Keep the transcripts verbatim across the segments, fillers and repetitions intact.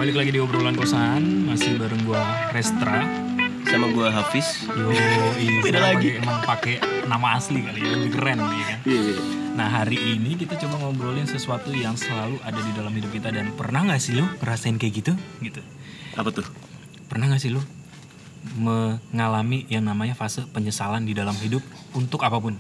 Balik lagi di obrolan kosan, masih bareng gua Restra sama gua Hafiz. Yo, beda lagi. Emang pakai nama asli kali ya, lebih keren ya kan. Iya, iya. Nah hari ini kita coba ngobrolin sesuatu yang selalu ada di dalam hidup kita. Dan pernah gak sih lu ngerasain kayak gitu? gitu Apa tuh? Pernah gak sih lu mengalami yang namanya fase penyesalan di dalam hidup untuk apapun?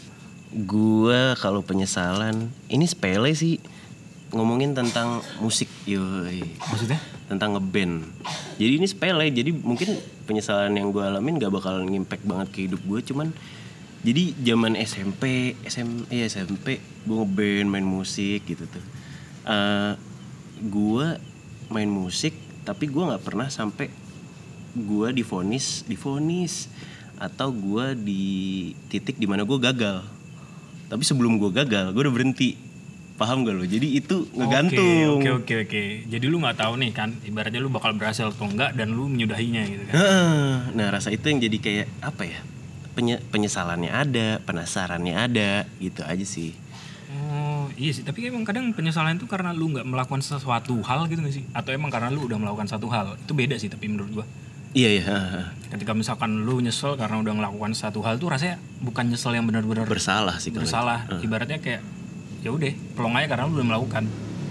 Gua kalau penyesalan, ini sepele sih. Ngomongin tentang musik, yoi. Maksudnya? Tentang ngeband. Jadi ini sepele, jadi mungkin penyesalan yang gue alamin gak bakalan ngimpact banget ke hidup gue. Cuman, jadi zaman S M P, S M, iya S M P, gue ngeband, main musik gitu tuh. Uh, gue main musik, tapi gue gak pernah sampai gue divonis, divonis atau gue di titik dimana gue gagal. Tapi sebelum gue gagal, gue udah berhenti. Paham gak lo? Jadi itu ngegantung. Oke, oke, oke, oke. Jadi lu nggak tahu nih kan, ibaratnya lu bakal berhasil atau enggak dan lu menyudahinya gitu kan. Nah, rasa itu yang jadi kayak apa ya? Penye- penyesalannya ada, penasarannya ada, gitu aja sih. Oh, iya sih. Tapi emang kadang penyesalan itu karena lu nggak melakukan sesuatu hal gitu nggak sih? Atau emang karena lu udah melakukan satu hal? Itu beda sih tapi menurut gua. Iya, iya. Ketika misalkan lu nyesel karena udah melakukan satu hal tuh rasanya bukan nyesel yang benar-benar bersalah sih. Bersalah. Uh. Ibaratnya kayak ya udah pelong aja karena lu udah melakukan.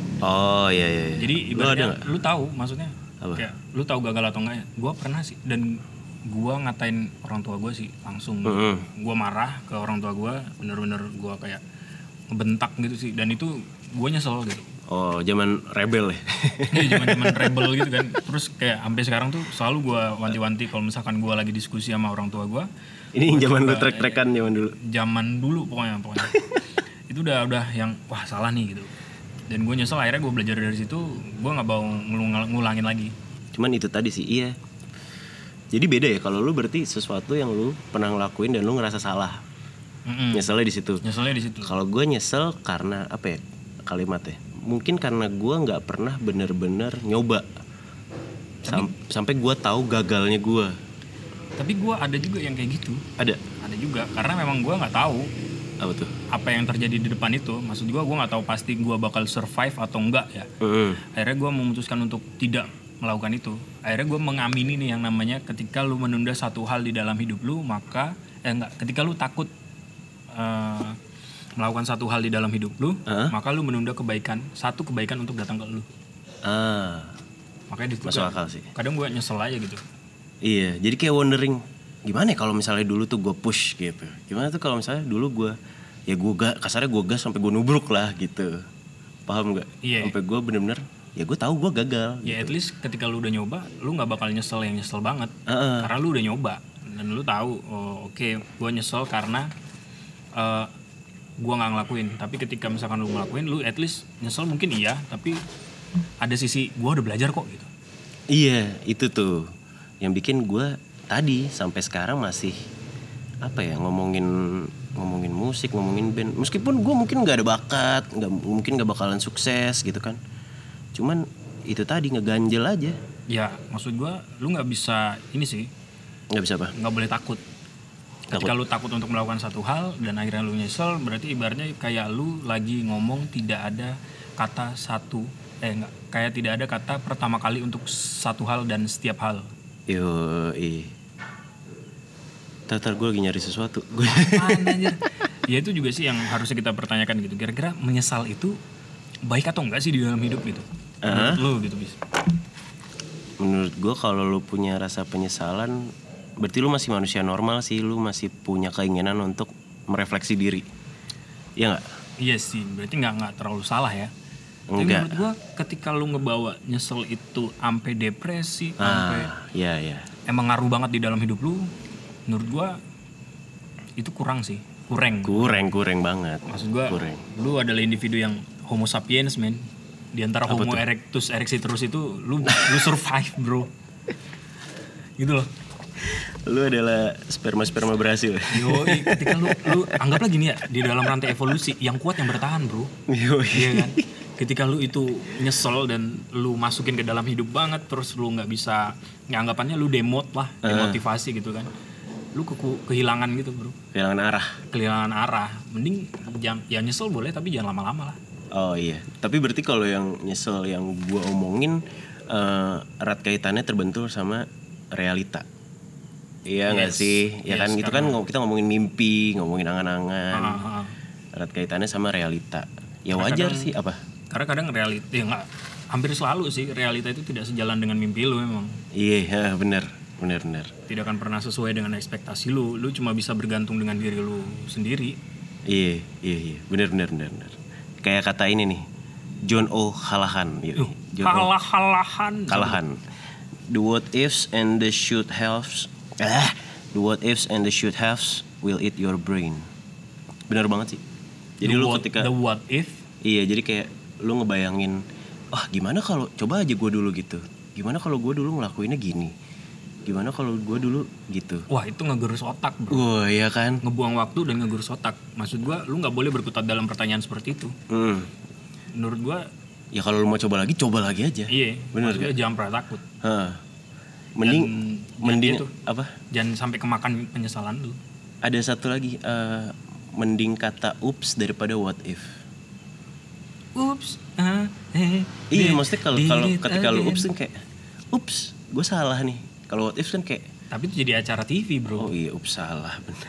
Oh iya iya. Jadi ibaratnya lu, lu tahu maksudnya apa? Kayak lu tahu gagal atau enggak ya. Gue pernah sih dan gue ngatain orang tua gue sih langsung. Mm-hmm. Gue marah ke orang tua gue, bener-bener gue kayak ngebentak gitu sih. Dan itu gue nyesel gitu. Oh zaman rebel ya? Iya zaman-zaman rebel gitu kan. Terus kayak sampai sekarang tuh selalu gue wanti-wanti kalau misalkan gue lagi diskusi sama orang tua gue. Ini zaman lu trek-trekan zaman dulu? Zaman dulu pokoknya pokoknya. Itu udah udah yang wah salah nih gitu. Dan gue nyesel akhirnya gue belajar dari situ, gue nggak mau ngul- ngulangin lagi. Cuman itu tadi sih iya. Jadi beda ya kalau lu berarti sesuatu yang lu pernah ngelakuin dan lu ngerasa salah. Mm-mm. Nyeselnya di situ. Nyeselnya di situ. Kalau gue nyesel karena apa ya kalimatnya? Mungkin karena gue nggak pernah bener-bener nyoba. Sam- tapi, sampai gue tahu gagalnya gue. Tapi gue ada juga yang kayak gitu. Ada. Ada juga karena memang gue nggak tahu. Apa tuh? Apa yang terjadi di depan itu, maksud gue gue nggak tahu pasti gue bakal survive atau enggak ya. Mm. Akhirnya gue memutuskan untuk tidak melakukan itu. Akhirnya gue mengamini nih yang namanya ketika lu menunda satu hal di dalam hidup lu, maka eh enggak, ketika lu takut uh, melakukan satu hal di dalam hidup lu, uh? maka lu menunda kebaikan, satu kebaikan untuk datang ke lu. Ah. Makanya itu masuk akal sih. Kadang gue nyesel aja gitu. Iya, jadi kayak wondering gimana ya kalau misalnya dulu tuh gue push gitu. Gimana tuh kalau misalnya dulu gue ya gue gas, kasarnya gue gas sampai gue nubruk lah gitu. Paham nggak? Iya. Sampai gue bener-bener ya gue tahu gue gagal. Ya gitu. At least ketika lu udah nyoba, lu nggak bakal nyesel yang nyesel banget. Uh-uh. Karena lu udah nyoba dan lu tahu, oh, oke, okay, gue nyesel karena uh, gue nggak ngelakuin. Tapi ketika misalkan lu ngelakuin, lu at least nyesel mungkin iya, tapi ada sisi gue udah belajar kok gitu. Iya, itu tuh yang bikin gue tadi sampai sekarang masih apa ya ngomongin ngomongin musik, ngomongin band. Meskipun gue mungkin nggak ada bakat, nggak mungkin nggak bakalan sukses gitu kan. Cuman itu tadi ngeganjel aja. Ya maksud gue, lu nggak bisa ini sih. Nggak bisa apa? Nggak boleh takut. Ketika lu takut untuk melakukan satu hal dan akhirnya lu nyesel, berarti ibaratnya kayak lu lagi ngomong tidak ada kata satu, eh nggak, kayak tidak ada kata pertama kali untuk satu hal dan setiap hal. Yoi. Tatar gue lagi nyari sesuatu. Apaan anjir? Ya itu juga sih yang harusnya kita pertanyakan gitu. Kira-kira menyesal itu baik atau enggak sih di dalam hidup gitu? Menurut uh-huh. lu gitu bis? Menurut gue kalau lu punya rasa penyesalan, berarti lu masih manusia normal sih. Lu masih punya keinginan untuk merefleksi diri. Iya nggak? Iya sih. Berarti nggak nggak terlalu salah ya. Tapi enggak. menurut gue ketika lu ngebawa nyesel itu sampai depresi, sampai ah, iya iya. Emang ngaruh banget di dalam hidup lu. Menurut gue itu kurang sih, kurang. Kurang kurang banget. Maksud gue, lu adalah individu yang Homo sapiens men. Di antara apa Homo tuh? erectus erectitus itu lu lu survive bro. Gitu loh. Lu adalah sperma-sperma berhasil. Yo, ketika lu lu anggaplah gini ya, di dalam rantai evolusi yang kuat yang bertahan bro. Yo, iya kan. Ketika lu itu nyesel dan lu masukin ke dalam hidup banget, terus lu nggak bisa, nganggapannya lu demot lah, demotivasi uh. gitu kan, lu ke- kehilangan gitu bro. Kehilangan arah. Kehilangan arah. Mending jam, ya nyesel boleh tapi jangan lama-lama lah. Oh iya. Tapi berarti kalau yang nyesel yang gua omongin, uh, erat kaitannya terbentur sama realita. Iya nggak yes, sih, ya yes, kan itu kan kita ngomongin mimpi, ngomongin angan-angan, uh, uh, erat kaitannya sama realita. Ya wajar kadang, sih apa? Karena kadang realita, ya nggak, hampir selalu sih realita itu tidak sejalan dengan mimpi lu memang. Iya, benar, benar, benar. Tidak akan pernah sesuai dengan ekspektasi lu, lu cuma bisa bergantung dengan diri lu sendiri. Iya, iya, iya, benar, benar, benar, benar. Kayak kata ini nih, John O. Callahan. Uh, Callahan. Callahan. The what ifs and the should haves. Ah, the what ifs and the should haves will eat your brain. Benar banget sih. Jadi the lu what, ketika the what if? Iya, jadi kayak lu ngebayangin, ah gimana kalau coba aja gue dulu gitu. Gimana kalau gue dulu ngelakuinnya gini. Gimana kalau gue dulu gitu. Wah, itu ngegerus otak, bro. Wah, iya kan. Ngebuang waktu dan ngegerus otak. Maksud gue, lu nggak boleh berkutat dalam pertanyaan seperti itu. Hmm. Menurut gue, ya kalau lu mau coba lagi, coba lagi aja. Iya. Benar. Maksudnya jangan pernah takut. Hah. Mending dan, mending tuh, apa? Jangan sampai kemakan penyesalan lu. Ada satu lagi, uh, mending kata ups daripada what if. Ups. Uh, eh, iya, maksudnya kalau kalau ketika lu ups kan kayak ups, gue salah nih. Kalau what if kan kayak tapi itu jadi acara T V, bro. Oh iya, ups salah benar.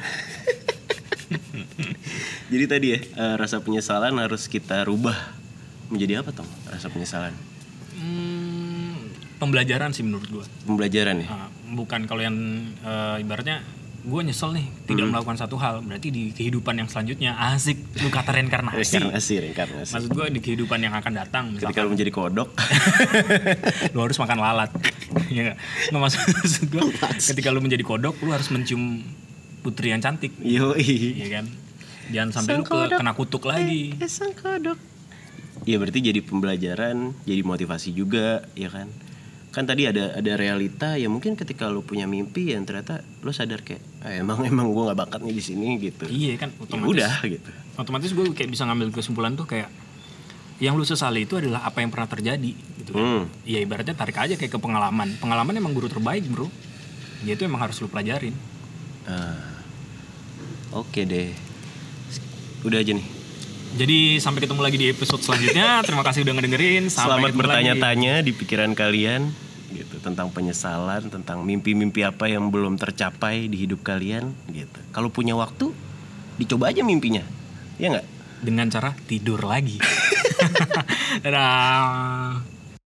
Jadi tadi ya, uh, rasa penyesalan harus kita rubah menjadi apa, Tom? Rasa penyesalan. Hmm, pembelajaran sih menurut gue. Pembelajaran ya. Nah, bukan kalau yang uh, ibaratnya gue nyesel nih tidak hmm. melakukan satu hal, berarti di kehidupan yang selanjutnya asik lu kata reinkarnasi. Reinkarnasi, reinkarnasi. Maksud gue di kehidupan yang akan datang. Misalkan, ketika lu menjadi kodok, lu harus makan lalat. Ya nggak? Nggak maksud gue. Ketika lu menjadi kodok, lu harus mencium putri yang cantik. Yoi. Iya kan? Jangan sampai lu ke, kena kutuk lagi. Eh, sang kodok. Iya berarti jadi pembelajaran, jadi motivasi juga, ya kan? Kan tadi ada ada realita ya, mungkin ketika lu punya mimpi yang ternyata lu sadar kayak eh, emang emang gue nggak bakat nih di sini gitu. Iya kan, otomatis. Ya udah gitu. Otomatis gue kayak bisa ngambil kesimpulan tuh kayak yang lu sesali itu adalah apa yang pernah terjadi gitu kan. Iya hmm. ibaratnya tarik aja kayak ke pengalaman. Pengalaman emang guru terbaik, bro. Ya itu emang harus lu pelajarin. Ah. Oke deh. Udah aja nih. Jadi sampai ketemu lagi di episode selanjutnya. Terima kasih udah ngedengerin. Sampai Selamat bertanya-tanya di pikiran kalian gitu tentang penyesalan, tentang mimpi-mimpi apa yang belum tercapai di hidup kalian gitu. Kalau punya waktu, dicoba aja mimpinya. Ya enggak? Dengan cara tidur lagi. Dadah.